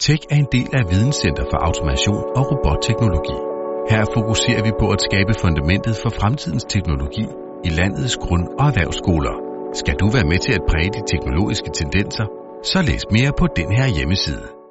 Tech er en del af Videnscenter for Automation og Robotteknologi. Her fokuserer vi på at skabe fundamentet for fremtidens teknologi i landets grund- og erhvervsskoler. Skal du være med til at præge de teknologiske tendenser, så læs mere på den her hjemmeside.